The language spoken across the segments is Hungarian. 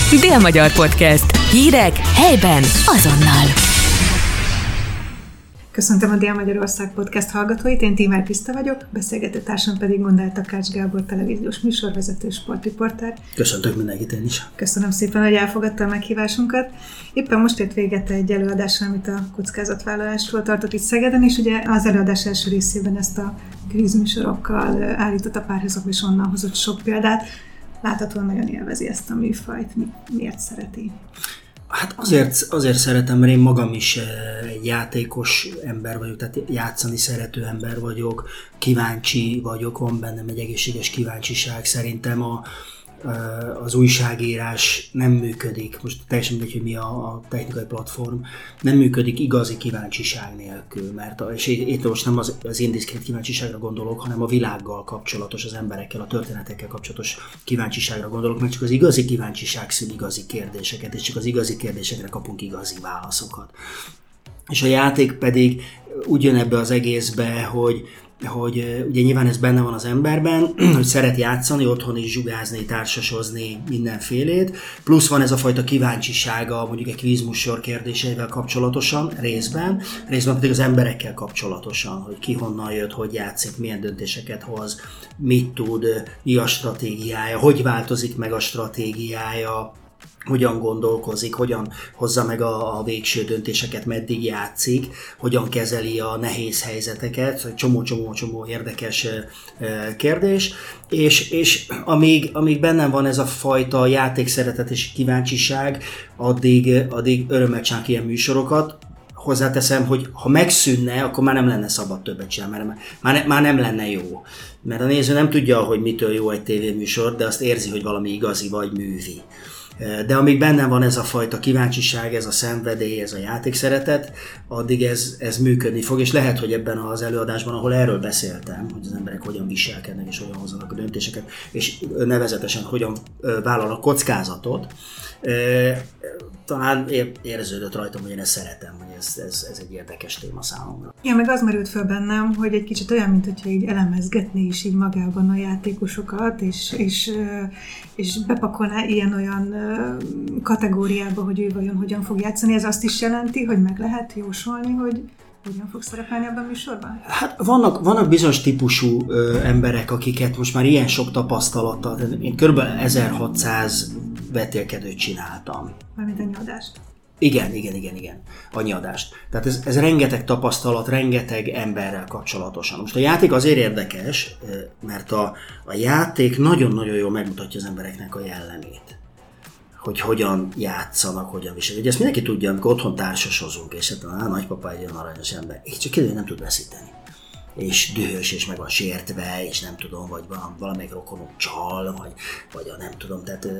Dél-Magyar Podcast. Hírek helyben azonnal. Köszöntöm a Dél-Magyarország Podcast hallgatóit, én Tímár Kriszta vagyok, beszélgető társam pedig Gondál Takács Gábor, televíziós műsorvezető, sportriporter. Köszöntök mindenkit én is. Köszönöm szépen, hogy elfogadta a meghívásunkat. Éppen most ért véget egy előadásra, amit a kockázatvállalásról tartott itt Szegeden, és ugye az előadás első részében ezt a kvízműsorokkal állította párhuzamba, és onnan hozott sok példát. Láthatóan nagyon élvezi ezt a műfajt. Miért szereti? Hát azért szeretem, mert én magam is egy játékos ember vagyok, tehát játszani szerető ember vagyok, kíváncsi vagyok, van bennem egy egészséges kíváncsiság. Szerintem az újságírás nem működik, most teljesen mindegy, hogy mi a technikai platform, nem működik igazi kíváncsiság nélkül, és itt most nem az indiszkrét kíváncsiságra gondolok, hanem a világgal kapcsolatos, az emberekkel, a történetekkel kapcsolatos kíváncsiságra gondolok, mert csak az igazi kíváncsiság szül igazi kérdéseket, és csak az igazi kérdésekre kapunk igazi válaszokat. És a játék pedig úgy jön ebbe az egészbe, hogy ugye nyilván ez benne van az emberben, hogy szeret játszani, otthon is zsugázni, társasozni, mindenfélét, plusz van ez a fajta kíváncsisága mondjuk egy kvízműsor kérdéseivel kapcsolatosan, részben pedig az emberekkel kapcsolatosan, hogy ki honnan jött, hogy játszik, milyen döntéseket hoz, mit tud, mi a stratégiája, hogy változik meg a stratégiája, hogyan gondolkozik, hogyan hozza meg a végső döntéseket, meddig játszik, hogyan kezeli a nehéz helyzeteket, csomó érdekes kérdés, és amíg bennem van ez a fajta játékszeretet és kíváncsiság, addig örömmel csinálok ilyen műsorokat. Hozzáteszem, hogy ha megszűnne, akkor már nem lenne szabad többet csinálni, mert már nem lenne jó. Mert a néző nem tudja, hogy mitől jó egy tévéműsor, de azt érzi, hogy valami igazi vagy művi. De amíg bennem van ez a fajta kíváncsiság, ez a szenvedély, ez a játékszeretet, addig ez működni fog, és lehet, hogy ebben az előadásban, ahol erről beszéltem, hogy az emberek hogyan viselkednek és hogyan hozzanak a döntéseket, és nevezetesen hogyan vállalnak kockázatot, talán érződött rajtam, hogy én ezt szeretem, hogy ez egy érdekes téma számomra. Ja, meg az merült föl bennem, hogy egy kicsit olyan, mint hogyha így elemezgetné is így magában a játékosokat, és bepakolná ilyen-olyan kategóriába, hogy ő vajon hogyan fog játszani. Ez azt is jelenti, hogy meg lehet jósolni, hogy hogyan fog szerepelni ebben a műsorban? Hát vannak bizonyos típusú emberek, akiket most már ilyen sok tapasztalattal, én kb. 1600 vetélkedőt csináltam. Mármint annyiadást. Igen, annyiadást. Tehát ez rengeteg tapasztalat, rengeteg emberrel kapcsolatosan. Most a játék azért érdekes, mert a játék nagyon-nagyon jól megmutatja az embereknek a jellemét. Hogy hogyan játszanak, hogyan viselnek. Ugye ezt mindenki tudja, amikor otthon társasozunk, és hát a nagypapa egy olyan aranyos ember, és csak kérdez, nem tud veszíteni. És dühös, és meg van sértve, és nem tudom, vagy valamelyik rokonunk csal, vagy nem tudom, tehát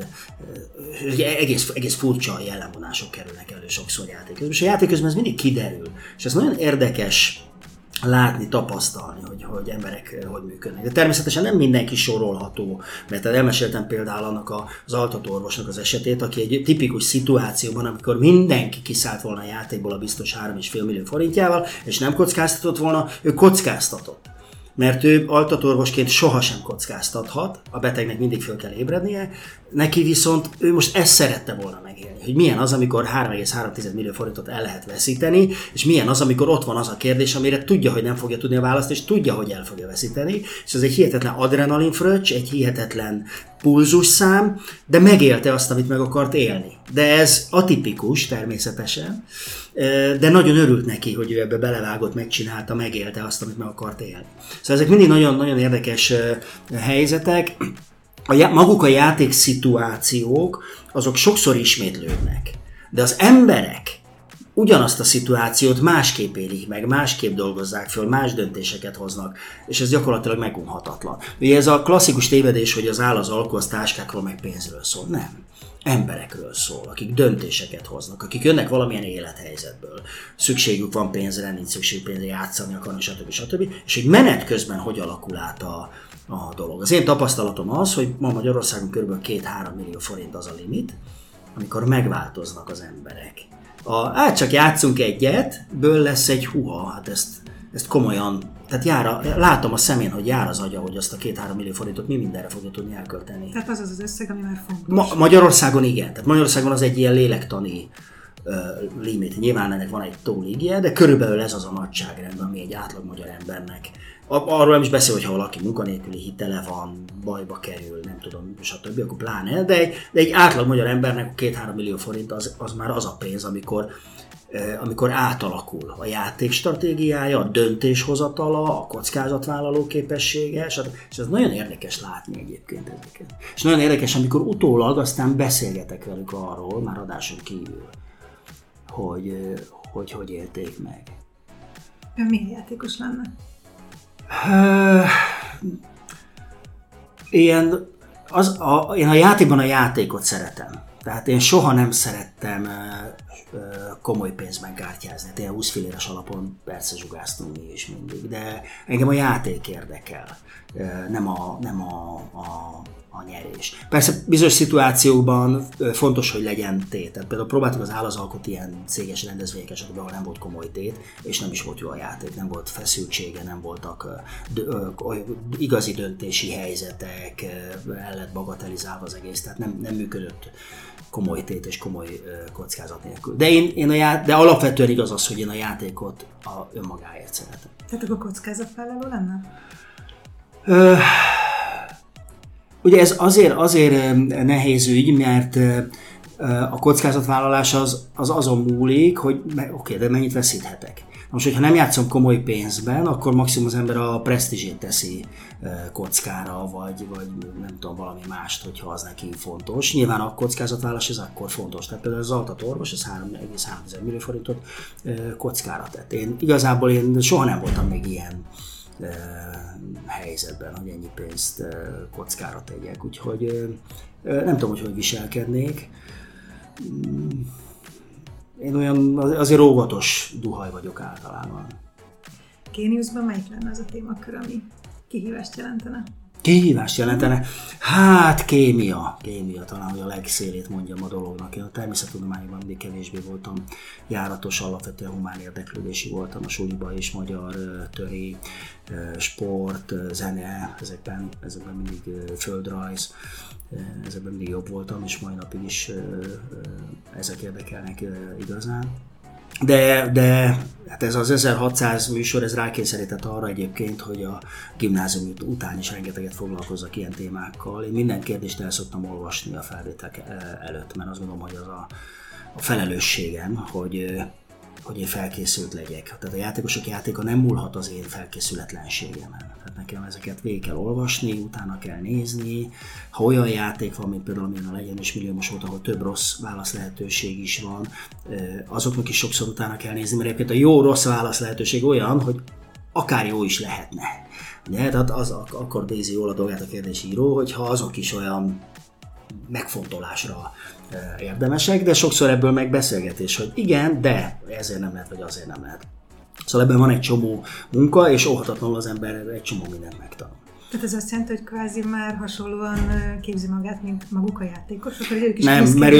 egész furcsa jellemvonások kerülnek elő sokszor játék. És a játék közben ez mindig kiderül, és ez nagyon érdekes látni, tapasztalni, hogy emberek hogy működnek. De természetesen nem mindenki sorolható, mert elmeséltem például annak az altatóorvosnak az esetét, aki egy tipikus szituációban, amikor mindenki kiszállt volna a játékból a biztos 3,5 millió forintjával, és nem kockáztatott volna, ő kockáztatott. Mert ő altatóorvosként sohasem kockáztathat, a betegnek mindig föl kell ébrednie, neki viszont ő most ezt szerette volna megélni, hogy milyen az, amikor 3,3 millió forintot el lehet veszíteni, és milyen az, amikor ott van az a kérdés, amire tudja, hogy nem fogja tudni a választ, és tudja, hogy el fogja veszíteni, és ez egy hihetetlen adrenalinfröccs, egy hihetetlen pulzusszám, de megélte azt, amit meg akart élni. De ez atipikus természetesen, de nagyon örült neki, hogy ő ebbe belevágott, megcsinálta, megélte azt, amit meg akart élni. Szóval ezek mindig nagyon-nagyon érdekes helyzetek. Maguk a játékszituációk, azok sokszor ismétlődnek, de az emberek ugyanazt a szituációt másképp élik meg, másképp dolgozzák föl, más döntéseket hoznak, és ez gyakorlatilag megunhatatlan. Ugye ez a klasszikus tévedés, hogy az áll az alkú, az táskákról meg pénzről szól. Nem. Emberekről szól, akik döntéseket hoznak, akik jönnek valamilyen élethelyzetből. Szükségük van pénzre, nincs szükség pénzre, játszani akarni, stb. És hogy menet közben hogy alakul át a dolog. Az én tapasztalatom az, hogy ma Magyarországon kb. 2-3 millió forint az a limit, amikor megváltoznak az emberek. Csak játszunk egyet, ből lesz egy huha, hát ezt komolyan Tehát látom a szemén, hogy jár az agya, hogy azt a 2-3 millió forintot mi mindenre fogja tudni elkölteni. Tehát az az összeg, ami már fontos. Magyarországon igen. Tehát Magyarországon az egy ilyen lélektani limit. Nyilván ennek van egy túlígje, de körülbelül ez az a nagyságrend, ami egy átlag magyar embernek. Arról nem is beszél, hogy ha valaki munkanélküli hitele van, bajba kerül, nem tudom, stb., akkor pláne, de egy átlag magyar embernek 2-3 millió forint az már az a pénz, amikor átalakul a játékstratégiája, a döntéshozatala, a kockázatvállaló képessége, és ez nagyon érdekes látni egyébként ezeket. És nagyon érdekes, amikor utólag aztán beszélgetek velük arról, már adáson kívül, hogy élték meg. Ön milyen játékos lenne? Én a játékban a játékot szeretem. Tehát én soha nem szerettem komoly pénzben kártyázni. Ilyen 20 filléres alapon persze zsugáztunk mi is mindig, de engem a játék érdekel, nem a nyerés. Persze bizonyos szituációkban fontos, hogy legyen tét. Tehát például próbáltuk az Áll-az-alkot ilyen céges rendezvények esetben, ahol nem volt komoly tét, és nem is volt jó a játék, nem volt feszültsége, nem voltak igazi döntési helyzetek, el lett bagatelizálva az egész, tehát nem működött komoly tét és komoly kockázat nélkül. De alapvetően igaz az, hogy én a játékot önmagáért szeretem. Tehát akkor kockázatvállaló lenne? Ugye ez azért nehéz ügy, mert a kockázatvállalás az azon múlik, hogy oké, de mennyit veszíthetek. Most, hogyha nem játszom komoly pénzben, akkor maximum az ember a presztízsét teszi kockára, vagy nem tudom, valami mást, hogyha az neki fontos. Nyilván a kockázatvállalás ez akkor fontos. Tehát például az Altat orvos, ez 3,3 millió forintot kockára tett. Igazából soha nem voltam még ilyen helyzetben, hogy ennyi pénzt kockára tegyek. Úgyhogy nem tudom, hogy viselkednék. Én olyan azért óvatos duhaj vagyok általában. Géniuszban melyik lenne az a témakör, ami kihívást jelentene? Kihívást jelentene? Hát kémia talán, hogy a legszélét mondjam a dolognak. Én a természettudományban mindig kevésbé voltam járatos, alapvetően humán érdeklődési voltam a suliba is, magyar, töri, sport, zene, ezekben mindig földrajz, ezekben mindig jobb voltam, és mai napig is ezek érdekelnek igazán. De hát ez az 1600 műsor, ez rákényszerített arra egyébként, hogy a gimnázium után is rengeteget foglalkozzak ilyen témákkal. Én minden kérdést el szoktam olvasni a felvételek előtt, mert azt gondolom, hogy az a felelősségem, hogy én felkészült legyek. Tehát a játékosok játéka nem múlhat az én felkészületlenségemen. Tehát nekem ezeket végig kell olvasni, utána kell nézni. Ha olyan játék van, mint például amilyen a Legyen és Milliómos volt, ahol több rossz válasz lehetőség is van, azoknak is sokszor utána kell nézni, mert egyébként a jó-rossz válasz lehetőség olyan, hogy akár jó is lehetne. Ugye? Tehát akkor nézi jól a dolgát a kérdésíró, hogyha azok is olyan megfontolásra érdemesek, de sokszor ebből meg beszélgetés, hogy igen, de ezért nem lehet, vagy azért nem lehet. Szóval ebben van egy csomó munka, és óhatatlanul az ember egy csomó mindent megtanul. Tehát ez azt jelenti, hogy kvázi már hasonlóan képzi magát, mint maguk a játékosok, hogy ők is nem, mert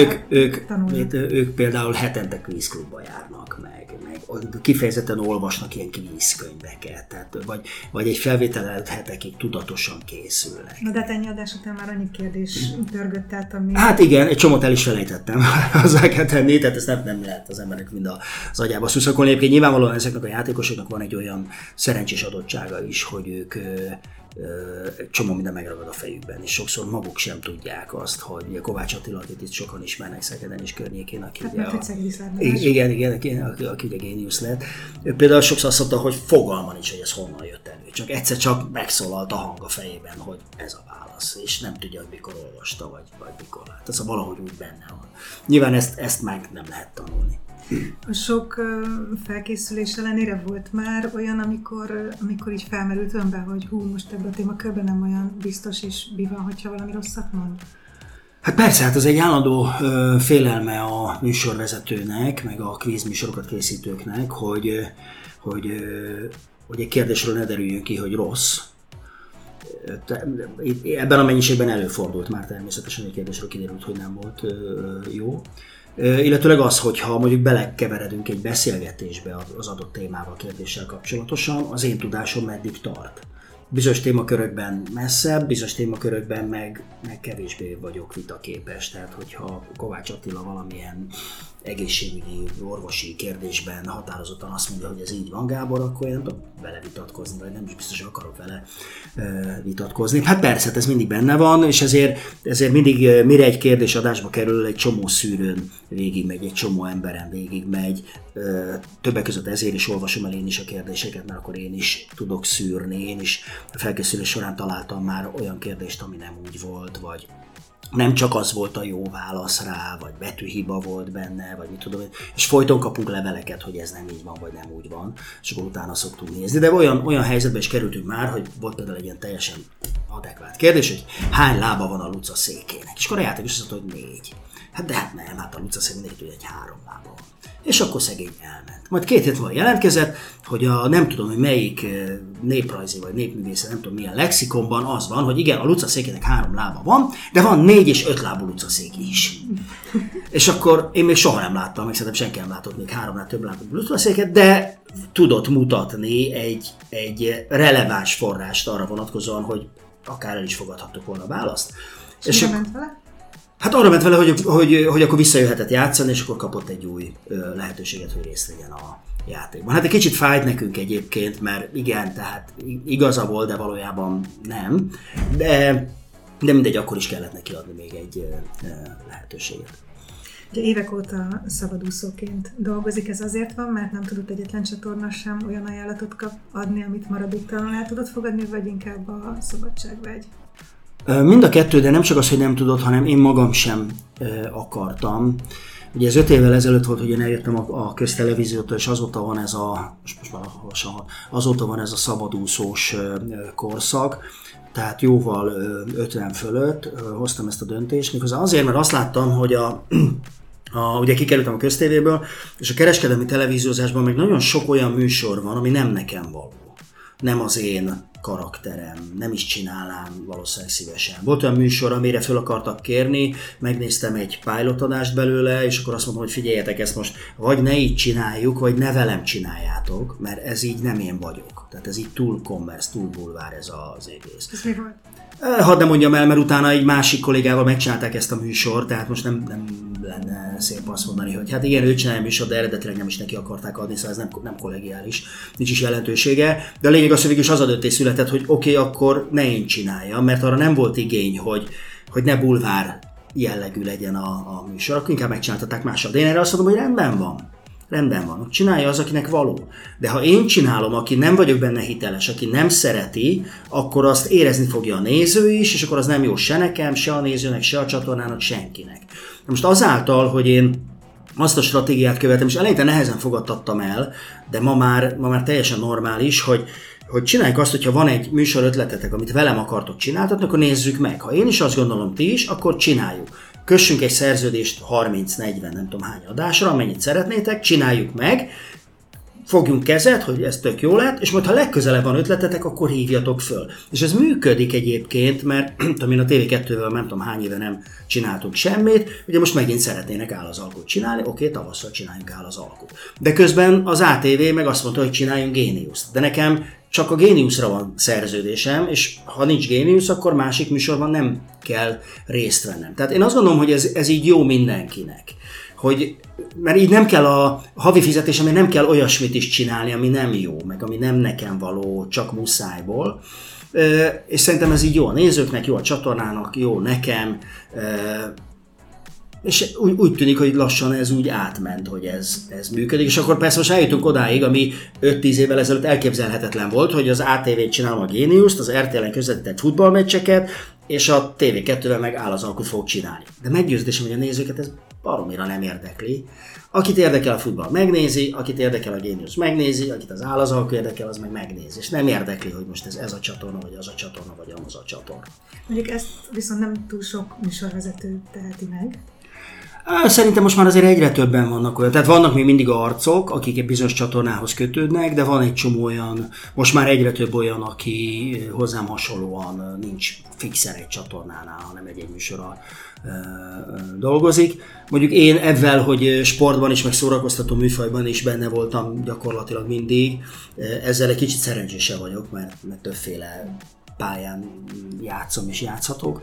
ők például hetente kvízklubba járnak meg kifejezetten olvasnak ilyen kvízkönyveket, tehát, vagy egy felvételen hetekig tudatosan készülnek. Na de hát ennyi adás után már annyi kérdés törgött át, ami... Hát igen, egy csomót el is felejtettem hozzá kell tenni, tehát ezt nem lehet az embernek mind az agyába szuszakolni. Egyébként nyilvánvalóan ezeknek a játékosoknak van egy olyan szerencsés adottsága is, hogy ők egy csomó minden megragad a fejükben, és sokszor maguk sem tudják azt, hogy a Kovács Attila, akit itt sokan ismernek Szegeden és környékén, aki aki ugye géniusz lett. Például sokszor azt mondta, hogy fogalma nincs, hogy ez honnan jött elő. Csak egyszer csak megszólalt a hang a fejében, hogy ez a válasz, és nem tudja, hogy mikor olvasta, vagy mikor lát. Ez valahogy úgy benne van. Nyilván ezt meg nem lehet tanulni. A sok felkészülés ellenére volt már olyan, amikor így felmerült önbe, hogy most ebben a témakörben nem olyan biztos, és mi van, hogyha valami rosszat mond? Hát persze, hát az egy állandó félelme a műsorvezetőnek, meg a kvízműsorokat készítőknek, hogy egy kérdésről ne derüljön ki, hogy rossz. Ebben a mennyiségben előfordult már természetesen, egy kérdésről kiderült, hogy nem volt jó. illetőleg az, hogyha mondjuk belekeveredünk egy beszélgetésbe az adott témával, kérdéssel kapcsolatosan, az én tudásom meddig tart. Bizonyos témakörökben messzebb, bizonyos témakörökben meg kevésbé vagyok vitaképes. Tehát, hogyha Kovács Attila valamilyen egészségügyi, orvosi kérdésben határozottan azt mondja, hogy ez így van, Gábor, akkor én nem tudok vele vitatkozni, vagy nem is biztos, hogy akarok vele vitatkozni. Hát persze, ez mindig benne van, és ezért mindig, mire egy kérdés adásba kerül, egy csomó szűrőn végigmegy, egy csomó emberen végigmegy. Többek között ezért is olvasom el én is a kérdéseket, mert akkor én is tudok szűrni. Én is a felkészülés során találtam már olyan kérdést, ami nem úgy volt, vagy nem csak az volt a jó válasz rá, vagy betűhiba volt benne, vagy mit tudom én, és folyton kapunk leveleket, hogy ez nem így van, vagy nem úgy van, és akkor utána szoktunk nézni. De olyan helyzetbe is kerültünk már, hogy volt például egy ilyen teljesen adekvát kérdés, hogy hány lába van a Luca székének, és akkor a játékos azt mondta, hogy 4. Hát nem, a Luca székének tudja, hogy 3 lába van. És akkor szegény elment. Majd 2 hét múlva jelentkezett, hogy nem tudom, hogy melyik néprajzi vagy népművészet, nem tudom milyen lexikonban az van, hogy igen, a Luca székének 3 lába van, de van 4 és 5 lábú Luca szék is. És akkor én még soha nem láttam, meg szerintem senki nem látott még 3-nál több lábú Luca széket, de tudott mutatni egy releváns forrást arra vonatkozóan, hogy akár el is fogadhattuk volna a választ. És ment vele? Hát arra ment vele, hogy akkor visszajöhetett játszani, és akkor kapott egy új lehetőséget, hogy részt vegyen a játékban. Hát egy kicsit fájt nekünk egyébként, mert igen, tehát igaza volt, de valójában nem. De mindegy, akkor is kellett neki adni még egy lehetőséget. Ugye évek óta szabadúszóként dolgozik, ez azért van, mert nem tudott egyetlen csatorna sem olyan ajánlatot adni, amit maradéktalanul el tudott fogadni, vagy inkább a szabadságvágy? Mind a kettő, de nem csak az, hogy nem tudott, hanem én magam sem akartam. Ugye ez 5 évvel ezelőtt volt, hogy én eljöttem a köztelevíziótól, és azóta van ez a szabadúszós korszak, tehát jóval 50 fölött hoztam ezt a döntést, méghozzá azért, mert azt láttam, hogy ugye kikerültem a köztévéből, és a kereskedelmi televíziózásban még nagyon sok olyan műsor van, ami nem nekem való. Nem az én karakterem, nem is csinálnám valószínűleg szívesen. Volt olyan műsor, amire föl akartak kérni, megnéztem egy pilotadást belőle, és akkor azt mondtam, hogy figyeljetek, ezt most vagy ne így csináljuk, vagy ne velem csináljátok, mert ez így nem én vagyok. Tehát ez így túl commerce, túl bulvár ez az egész. Ez mi volt? Hadd nem mondjam el, mert utána egy másik kollégával megcsinálták ezt a műsort, tehát most nem lenne szép azt mondani, hogy hát igen, ő csinálja a műsort, de eredetileg nem is neki akarták adni, szóval ez nem kollegiális, nincs is jelentősége. De a lényeg az, hogy végül is az a döntés született, hogy oké, akkor ne én csináljam, mert arra nem volt igény, hogy ne bulvár jellegű legyen a műsor, akkor inkább megcsináltatták mással. De én erre azt mondom, hogy rendben van, csinálja az, akinek való. De ha én csinálom, aki nem vagyok benne hiteles, aki nem szereti, akkor azt érezni fogja a néző is, és akkor az nem jó se nekem, se a nézőnek, se a csatornának, senkinek. Most azáltal, hogy én azt a stratégiát követem, és eleinte nehezen fogadtattam el, de ma már teljesen normális, hogy csináljuk azt, hogyha van egy műsor ötletetek, amit velem akartok csináltatni, akkor nézzük meg. Ha én is azt gondolom, ti is, akkor csináljuk. Kössünk egy szerződést 30-40, nem tudom hány adásra, amennyit szeretnétek, csináljuk meg, fogjunk kezet, hogy ez tök jó lett, és majd ha legközelebb van ötletetek, akkor hívjatok föl. És ez működik egyébként, mert tudom én a TV2-vel nem tudom hány éve nem csináltunk semmit, ugye most megint szeretnének állasalkut csinálni, oké, tavasszal csináljunk állasalkut. De közben az ATV meg azt mondta, hogy csináljunk géniuszt. De nekem csak a géniuszra van szerződésem, és ha nincs géniusz, akkor másik műsorban nem kell részt vennem. Tehát én azt gondolom, hogy ez így jó mindenkinek. Mert így nem kell a havi fizetésemért nem kell olyasmit is csinálni, ami nem jó, meg ami nem nekem való, csak muszájból. És szerintem ez így jó a nézőknek, jó a csatornának, jó nekem. És úgy tűnik, hogy lassan ez úgy átment, hogy ez működik. És akkor persze most eljutunk odáig, ami 5-10 évvel ezelőtt elképzelhetetlen volt, hogy az ATV-t csinálom a géniuszt, az RTL-en közvetített futballmeccseket, és a TV2-vel meg állasalkut fog csinálni. De meggyőződésem, hogy a nézőket ez baromira nem érdekli. Akit érdekel a futball, megnézi, akit érdekel a géniusz, megnézi, akit az állasalkú érdekel, az meg megnézi. És nem érdekli, hogy most ez a csatorna, vagy az a csatorna, vagy az a csatorna. Mondjuk ezt viszont nem túl sok műsorvezető teheti meg. Szerintem most már azért egyre többen vannak olyan. Tehát vannak még mindig arcok, akik egy bizonyos csatornához kötődnek, de van egy csomó olyan, most már egyre több olyan, aki hozzám hasonlóan nincs fixen egy csatornánál, hanem egy műsorral dolgozik. Mondjuk én ebben, hogy sportban is, meg szórakoztató műfajban is benne voltam gyakorlatilag mindig, ezzel egy kicsit szerencsésebb vagyok, mert többféle pályán játszom és játszhatok.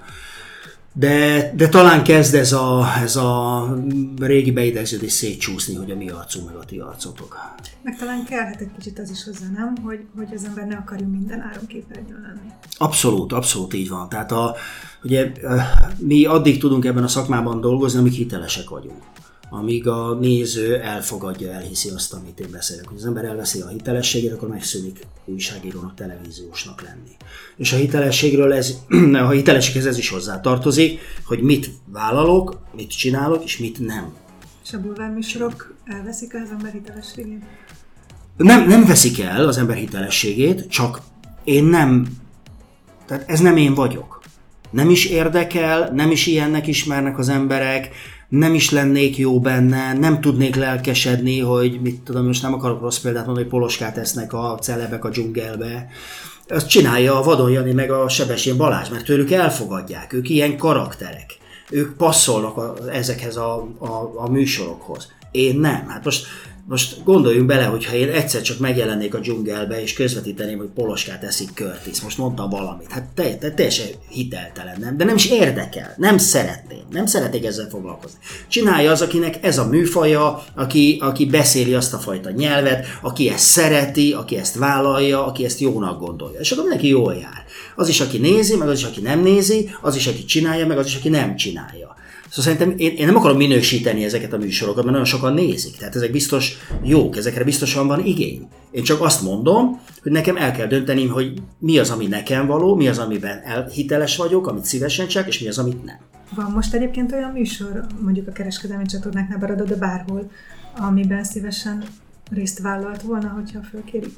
De talán kezd ez a régi beidegződés szétcsúszni, hogy a mi arcunk meg a ti arcotok. Meg talán kellhet egy kicsit az is hozzá, nem? Hogy az ember ne akarjon minden áron képernyőn lenni. Abszolút így van. Tehát ugye mi addig tudunk ebben a szakmában dolgozni, amíg hitelesek vagyunk. Amíg a néző elfogadja, elhiszi azt, amit én beszélek. Hogy az ember elveszi a hitelességét, akkor megszűnik újságírónak, televíziósnak lenni. És a hitelességhez ez is hozzátartozik, hogy mit vállalok, mit csinálok, és mit nem. És a bulvárműsorok elveszik az ember hitelességét? Nem veszik el az ember hitelességét, csak én nem, tehát ez nem én vagyok. Nem is érdekel, nem is ilyennek ismernek az emberek, nem is lennék jó benne, nem tudnék lelkesedni, hogy mit tudom, most nem akarok rossz példát mondani, hogy poloskát esznek a celebek a dzsungelbe. Azt csinálja a Vadon Jani meg a Sebestyén Balázs, mert tőlük elfogadják, ők ilyen karakterek. Ők passzolnak ezekhez a műsorokhoz. Én nem. Hát most gondoljunk bele, hogyha én egyszer csak megjelennék a dzsungelbe, és közvetíteném, hogy poloskát eszik Curtis. Most mondtam valamit. Hát teljesen hiteltelen, nem? De nem is érdekel. Nem szeretném. Nem szeretnék ezzel foglalkozni. Csinálja az, akinek ez a műfaja, aki beszéli azt a fajta nyelvet, aki ezt szereti, aki ezt vállalja, aki ezt jónak gondolja. És akkor mindenki jól jár. Az is, aki nézi, meg az is, aki nem nézi, az is, aki csinálja, meg az is, aki nem csinálja. Szóval szerintem én nem akarom minősíteni ezeket a műsorokat, mert nagyon sokan nézik. Tehát ezek biztos jók, ezekre biztosan van igény. Én csak azt mondom, hogy nekem el kell döntenim, hogy mi az, ami nekem való, mi az, amiben hiteles vagyok, amit szívesen csak, és mi az, amit nem. Van most egyébként olyan műsor, mondjuk a kereskedelmi csatornáknál Baradó, de bárhol, amiben szívesen részt vállalt volna, hogyha fölkérik?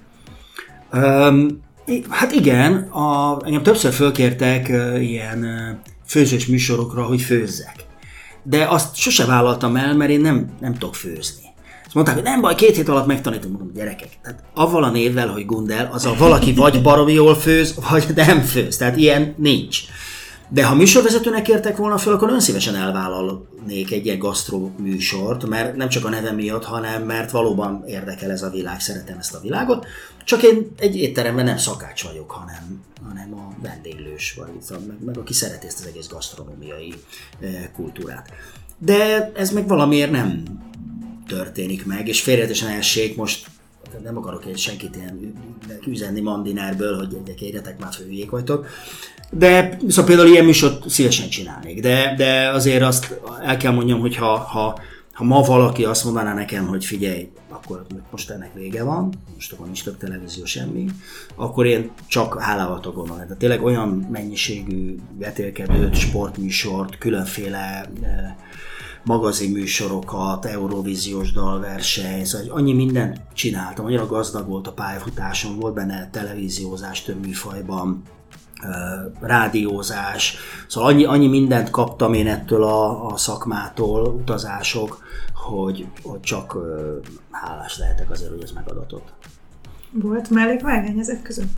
Hát igen, engem többször fölkértek ilyen főzős műsorokra, hogy főzzek. De azt sose vállaltam el, mert én nem tudok főzni. Azt mondták, hogy nem baj, 2 hét alatt megtanítom, mondom, gyerekek. Tehát avval a névvel, hogy Gundel, az a valaki vagy baromi jól főz, vagy nem főz. Tehát ilyen nincs. De ha műsorvezetőnek kértek volna föl, akkor szívesen elvállalnék egy ilyen gasztró műsort, mert nem csak a nevem miatt, hanem mert valóban érdekel ez a világ, szeretem ezt a világot. Csak én egy étteremben nem szakács vagyok, hanem a vendéglős, vagy meg aki szereti ezt az egész gasztronómiai kultúrát. De ez meg valamiért nem történik meg, és félreértésen essék, most nem akarok senkit ilyen üzenni Mandinerből, hogy érjetek már, hülyék vagytok. De szóval például ilyen műsort szívesen csinálnék, de azért azt el kell mondjam, hogy ha ma valaki azt mondaná nekem, hogy figyelj, akkor most ennek vége van, most akkor nincs több televízió, semmi, akkor én csak hálával tudok gondolni. Tehát tényleg olyan mennyiségű vetélkedőt, sportműsort, különféle magazinműsorokat, Eurovíziós dalverseny, szóval annyi mindent csináltam, annyira gazdag volt a pályafutásom, volt benne televíziózás több műfajban, rádiózás, szóval annyi mindent kaptam én ettől a szakmától, utazások, hogy csak hálás lehetek azért, hogy ez megadatott. Volt mellékvágány ezek között?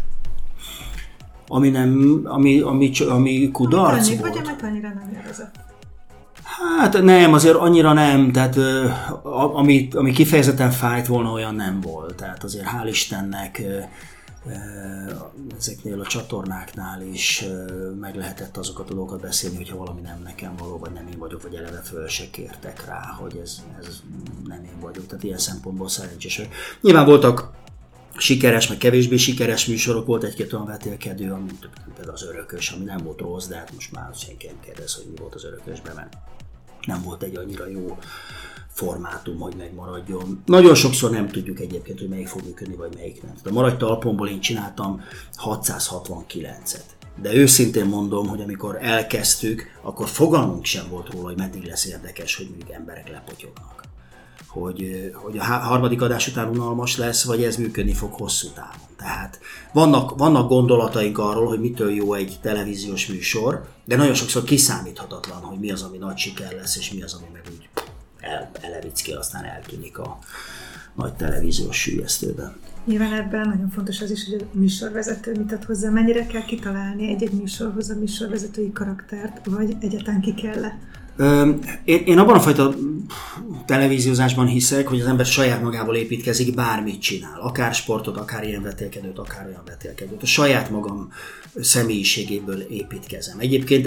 Ami kudarc volt. Vagy amit annyira nem élvezett? Hát nem, azért annyira nem, tehát ami kifejezetten fájt volna, olyan nem volt. Tehát azért hál' Istennek ezeknél a csatornáknál is meg lehetett azokat a dolgokat beszélni, hogyha valami nem nekem való, vagy nem én vagyok, vagy eleve föl se kértek rá, hogy ez nem én vagyok. Tehát ilyen szempontból szerencsés. Nyilván voltak sikeres, meg kevésbé sikeres műsorok, volt egy-két olyan vetélkedő, ami például az Örökös, ami nem volt rossz, de hát most már senki nem kérdez, hogy mi volt az Örökösben, mert nem volt egy annyira jó formátum, hogy megmaradjon. Nagyon sokszor nem tudjuk egyébként, hogy melyik fog működni, vagy melyik nem. A Maradj Talpomból én csináltam 669-et. De őszintén mondom, hogy amikor elkezdtük, akkor fogalmunk sem volt róla, hogy meddig lesz érdekes, hogy mondjuk emberek lepotyognak. Hogy a harmadik adás után unalmas lesz, vagy ez működni fog hosszú távon. Tehát vannak gondolataink arról, hogy mitől jó egy televíziós műsor, de nagyon sokszor kiszámíthatatlan, hogy mi az, ami nagy siker lesz, és mi az, ami meg úgy elevickél, aztán eltűnik a nagy televíziós sülyeztőben. Nyilván ebben nagyon fontos az is, hogy a műsorvezető mit ad hozzá, mennyire kell kitalálni egy-egy műsorhoz a műsorvezetői karaktert, vagy egyáltalán ki kell-e? Én abban a fajta televíziózásban hiszek, hogy az ember saját magából építkezik, bármit csinál. Akár sportot, akár ilyen vetélkedőt, akár olyan vetélkedőt. A saját magam személyiségéből építkezem. Egyébként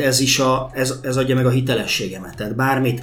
ez adja meg a hitelességemet. Tehát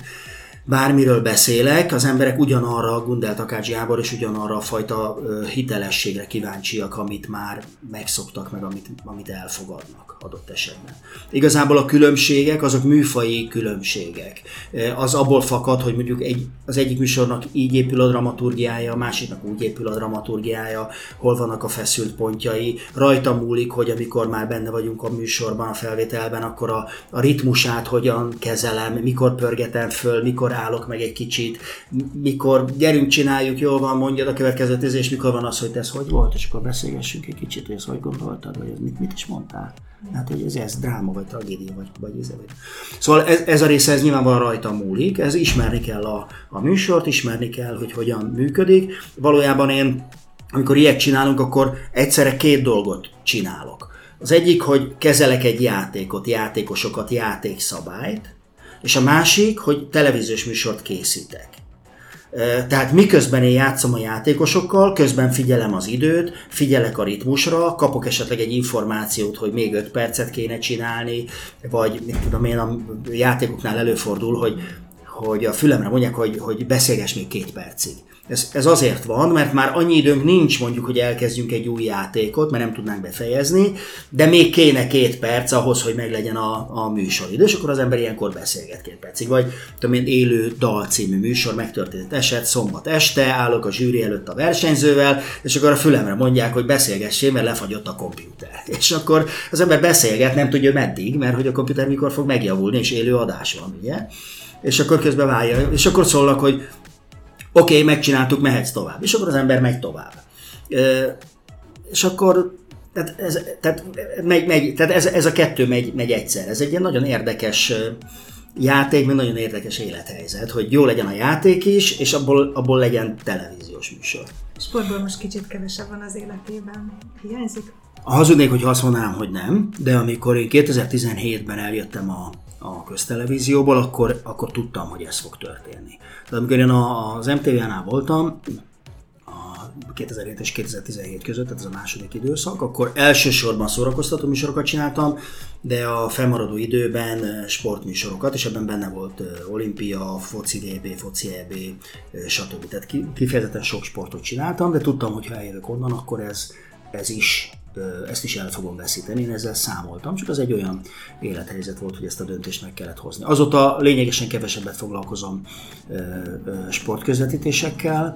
bármiről beszélek, az emberek ugyanarra, Gundel Takács Gábor, és ugyanarra a fajta hitelességre kíváncsiak, amit már megszoktak, meg amit elfogadnak adott esetben. Igazából a különbségek, azok műfaji különbségek. Az abból fakad, hogy mondjuk az egyik műsornak így épül a dramaturgiája, a másiknak úgy épül a dramaturgiája, hol vannak a feszült pontjai. Rajta múlik, hogy amikor már benne vagyunk a műsorban, a felvételben, akkor a ritmusát hogyan kezelem, mikor pörgetem föl, mikor állok meg egy kicsit, mikor gyerünk, csináljuk, jól van, mondjad a következőt, és mikor van az, hogy ez hogy volt, és akkor beszélgessünk egy kicsit, hogy ezt hogy gondoltad, vagy mit is mondtál. Hát, hogy ez dráma, vagy tragédia, vagy. Szóval ez a része, ez nyilvánvalóan rajta múlik, ez ismerni kell a műsort, ismerni kell, hogy hogyan működik. Valójában én, amikor ilyet csinálunk, akkor egyszerre 2 dolgot csinálok. Az egyik, hogy kezelek egy játékot, játékosokat, játékszabályt, és a másik, hogy televíziós műsort készítek. Tehát miközben én játszom a játékosokkal, közben figyelem az időt, figyelek a ritmusra, kapok esetleg egy információt, hogy még 5 percet kéne csinálni, vagy mit tudom én, a játékoknál előfordul, hogy a fülemre mondják, hogy beszélgess még 2 percig. Ez azért van, mert már annyi időnk nincs, mondjuk, hogy elkezdjünk egy új játékot, mert nem tudnánk befejezni, de még kéne 2 perc ahhoz, hogy meglegyen a műsoridő, és akkor az ember ilyenkor beszélget 2 percig. Vagy tudom én, Élő Dal című műsor, megtörtént eset, szombat este, állok a zsűri előtt a versenyzővel, és akkor a fülemre mondják, hogy beszélgessél, mert lefagyott a kompjúter. És akkor az ember beszélget, nem tudja meddig, mert hogy a kompjúter mikor fog megjavulni, és élő adás van, ugye? És akkor közben várja, és akkor szólnak, hogy oké, megcsináltuk, mehetsz tovább. És akkor az ember megy tovább. És akkor tehát ez a 2 megy egyszer. Ez egy ilyen nagyon érdekes játék, meg nagyon érdekes élethelyzet, hogy jó legyen a játék is, és abból legyen televíziós műsor. Sportból most kicsit kevesebb van az életében. Hiányzik? Hazudnék, hogy azt mondanám, hogy nem, de amikor én 2017-ben eljöttem a köztelevízióból, akkor tudtam, hogy ez fog történni. Tehát amikor én az MTV-nál voltam, a 2007 és 2017 között, tehát ez a második időszak, akkor elsősorban szórakoztató műsorokat csináltam, de a fennmaradó időben sportműsorokat, és ebben benne volt olimpia, foci VB, foci EB, stb. Tehát kifejezetten sok sportot csináltam, de tudtam, hogy ha eljövök onnan, akkor ezt is el fogom veszíteni, én ezzel számoltam, csak az egy olyan élethelyzet volt, hogy ezt a döntést meg kellett hozni. Azóta lényegesen kevesebbet foglalkozom sportközvetítésekkel.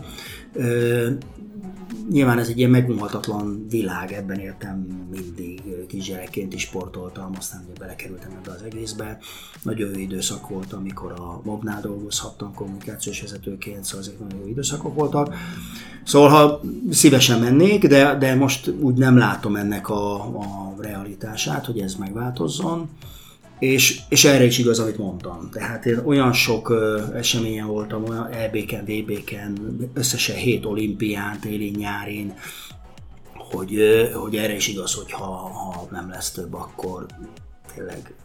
Nyilván ez egy ilyen megunhatatlan világ, ebben értem, mindig kisgyerekként is sportoltam, aztán ugye belekerültem ebbe az egészbe. Nagyon jó időszak volt, amikor a MOB-nál dolgozhattam kommunikációs vezetőként, szóval ezek nagyon jó időszakok voltak. Szóval ha szívesen mennék, de most úgy nem látom ennek a realitását, hogy ez megváltozzon. És erre is igaz, amit mondtam. Tehát én olyan sok eseményen voltam, olyan EB-ken, VB-ken, összesen 7 olimpián, téli-nyárin, hogy erre is igaz, hogy ha nem lesz több, akkor tényleg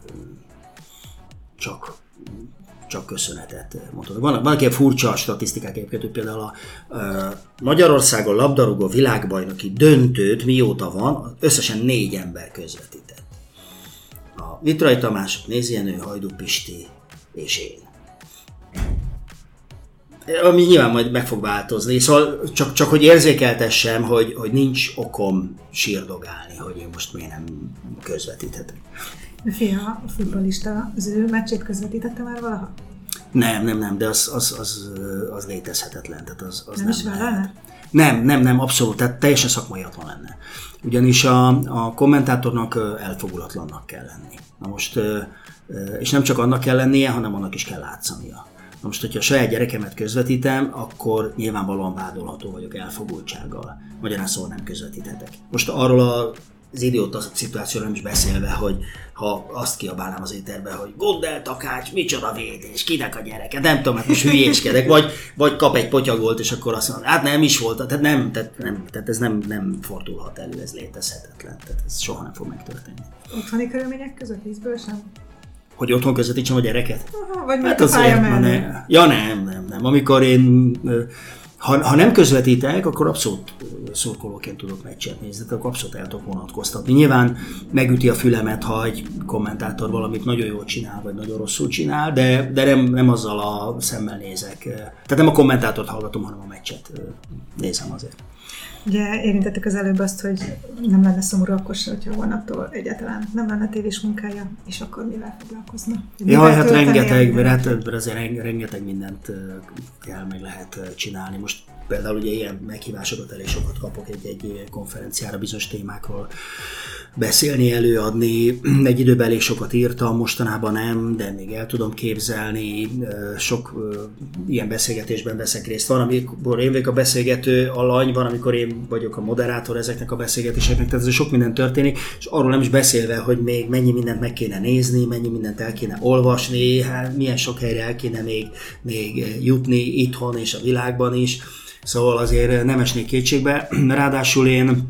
csak köszönetet mondhatok. Vannak ilyen furcsa statisztikák egyébként, hogy például a Magyarországon labdarúgó világbajnoki döntőt mióta van, összesen 4 ember közvetített. A Vitrai Tamás, Nézi Jenő, Hajdú Pisti és én. Ami nyilván majd meg fog változni, szóval csak hogy érzékeltessem, hogy nincs okom sírdogálni, hogy én most miért nem közvetíthetek. A fia, a futballista, az ő meccsét közvetítette már valaha? Nem, de az létezhetetlen. Tehát az nem is vállalná? Nem, abszolút, tehát teljesen szakmaiatlan lenne. Ugyanis a kommentátornak elfogulatlannak kell lenni. Na most, és nem csak annak kell lennie, hanem annak is kell látszania. Na most, hogyha a saját gyerekemet közvetítem, akkor nyilvánvalóan vádolható vagyok elfogultsággal. Magyarán szóval nem közvetíthetek. Most arról a az idióta szituációra nem is beszélve, hogy ha azt kiabálnám az éterbe, hogy Gondel Takács, micsoda védés, kinek a gyereke, nem tudom, hát most hülyéskedek, vagy kap egy potyagolt, és akkor azt mondom, hát nem is volt, tehát ez nem fordulhat elő, ez létezhetetlen, tehát ez soha nem fog megtörténni. Otthoni körülmények között vízből sem? Hogy otthon közvetítsem a gyereket? Aha, vagy hát a pálya mellett? Ja nem. Amikor én, ha nem közvetítek, akkor abszolút szurkolóként tudok meccset nézni, tehát akkor abszolút el tudok vonatkoztatni. Nyilván megüti a fülemet, ha egy kommentátor valamit nagyon jól csinál, vagy nagyon rosszul csinál, de nem azzal a szemmel nézek. Tehát nem a kommentátort hallgatom, hanem a meccset nézem azért. Ugye érintettük az előbb azt, hogy nem lenne szomorú akkor se, hogyha holnaptól egyáltalán nem lenne tévés munkája, és akkor mivel foglalkozna? Jaj, hát rengeteg mindent kell, meg lehet csinálni. Most például ugye ilyen meghívásokat elég sokat kapok egy konferenciára bizonyos témákról beszélni, előadni. Egy időben elég sokat írtam, mostanában nem, de még el tudom képzelni. Sok ilyen beszélgetésben veszek részt. Van, amikor én vagyok a beszélgető alany, van, amikor én vagyok a moderátor ezeknek a beszélgetéseknek, tehát ez sok minden történik, és arról nem is beszélve, hogy még mennyi mindent meg kéne nézni, mennyi mindent el kéne olvasni, hát milyen sok helyre el kéne még jutni itthon és a világban is. Szóval azért nem esnék kétségbe. Ráadásul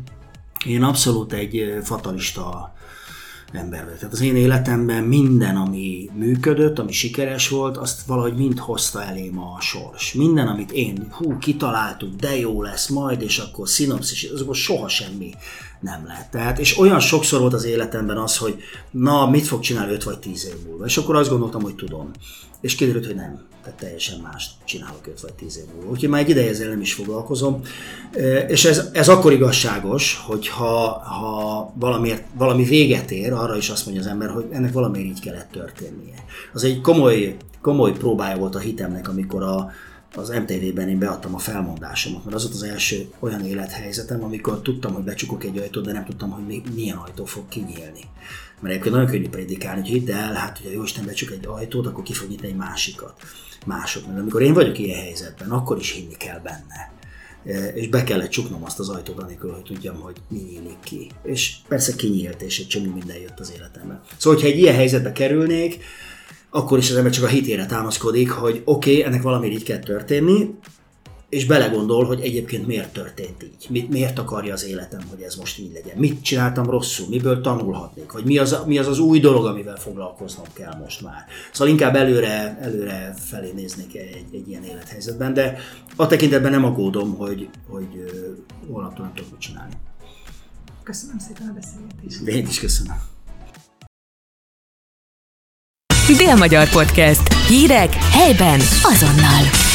én abszolút egy fatalista ember vagyok. Tehát az én életemben minden, ami működött, ami sikeres volt, azt valahogy mind hozta elém a sors. Minden, amit én, kitaláltuk, de jó lesz majd, és akkor szinopszis, azokból soha semmi nem lett. Tehát, és olyan sokszor volt az életemben az, hogy na, mit fog csinálni 5 vagy 10 év múlva. És akkor azt gondoltam, hogy tudom. És kiderült, hogy nem. Tehát teljesen mást csinálok 5 vagy 10 év múlva. Úgyhogy már egy ideje ezzel nem is foglalkozom. És ez akkor igazságos, hogyha valami véget ér, arra is azt mondja az ember, hogy ennek valamiért így kellett történnie. Az egy komoly próbája volt a hitemnek, amikor az MTV-ben én beadtam a felmondásomat, mert az volt az első olyan élethelyzetem, amikor tudtam, hogy becsukok egy ajtót, de nem tudtam, hogy milyen ajtó fog kinyílni. Mert egyébként nagyon könnyű prédikálni, hogy hidd el, hát hogyha Jóisten becsuk egy ajtót, akkor ki fog nyitni egy másod. Mert amikor én vagyok ilyen helyzetben, akkor is hinni kell benne. És be kellett csuknom azt az ajtót anélkül, hogy tudjam, hogy mi nyílik ki. És persze kinyílt, és egy csomó minden jött az életemben. Szóval, hogyha egy ilyen helyzetbe kerülnék, akkor is az ember csak a hitére támaszkodik, hogy oké, ennek valamiért így kell történni, és belegondol, hogy egyébként miért történt így. Miért akarja az életem, hogy ez most így legyen. Mit csináltam rosszul, miből tanulhatnék, vagy mi az új dolog, amivel foglalkoznom kell most már. Szóval inkább előre felé néznék egy ilyen élethelyzetben, de a tekintetben nem aggódom, hogy holnaptól nem tudok mit csinálni. Köszönöm szépen a beszélgetést. Én is köszönöm. Dél-Magyar Podcast. Hírek helyben azonnal.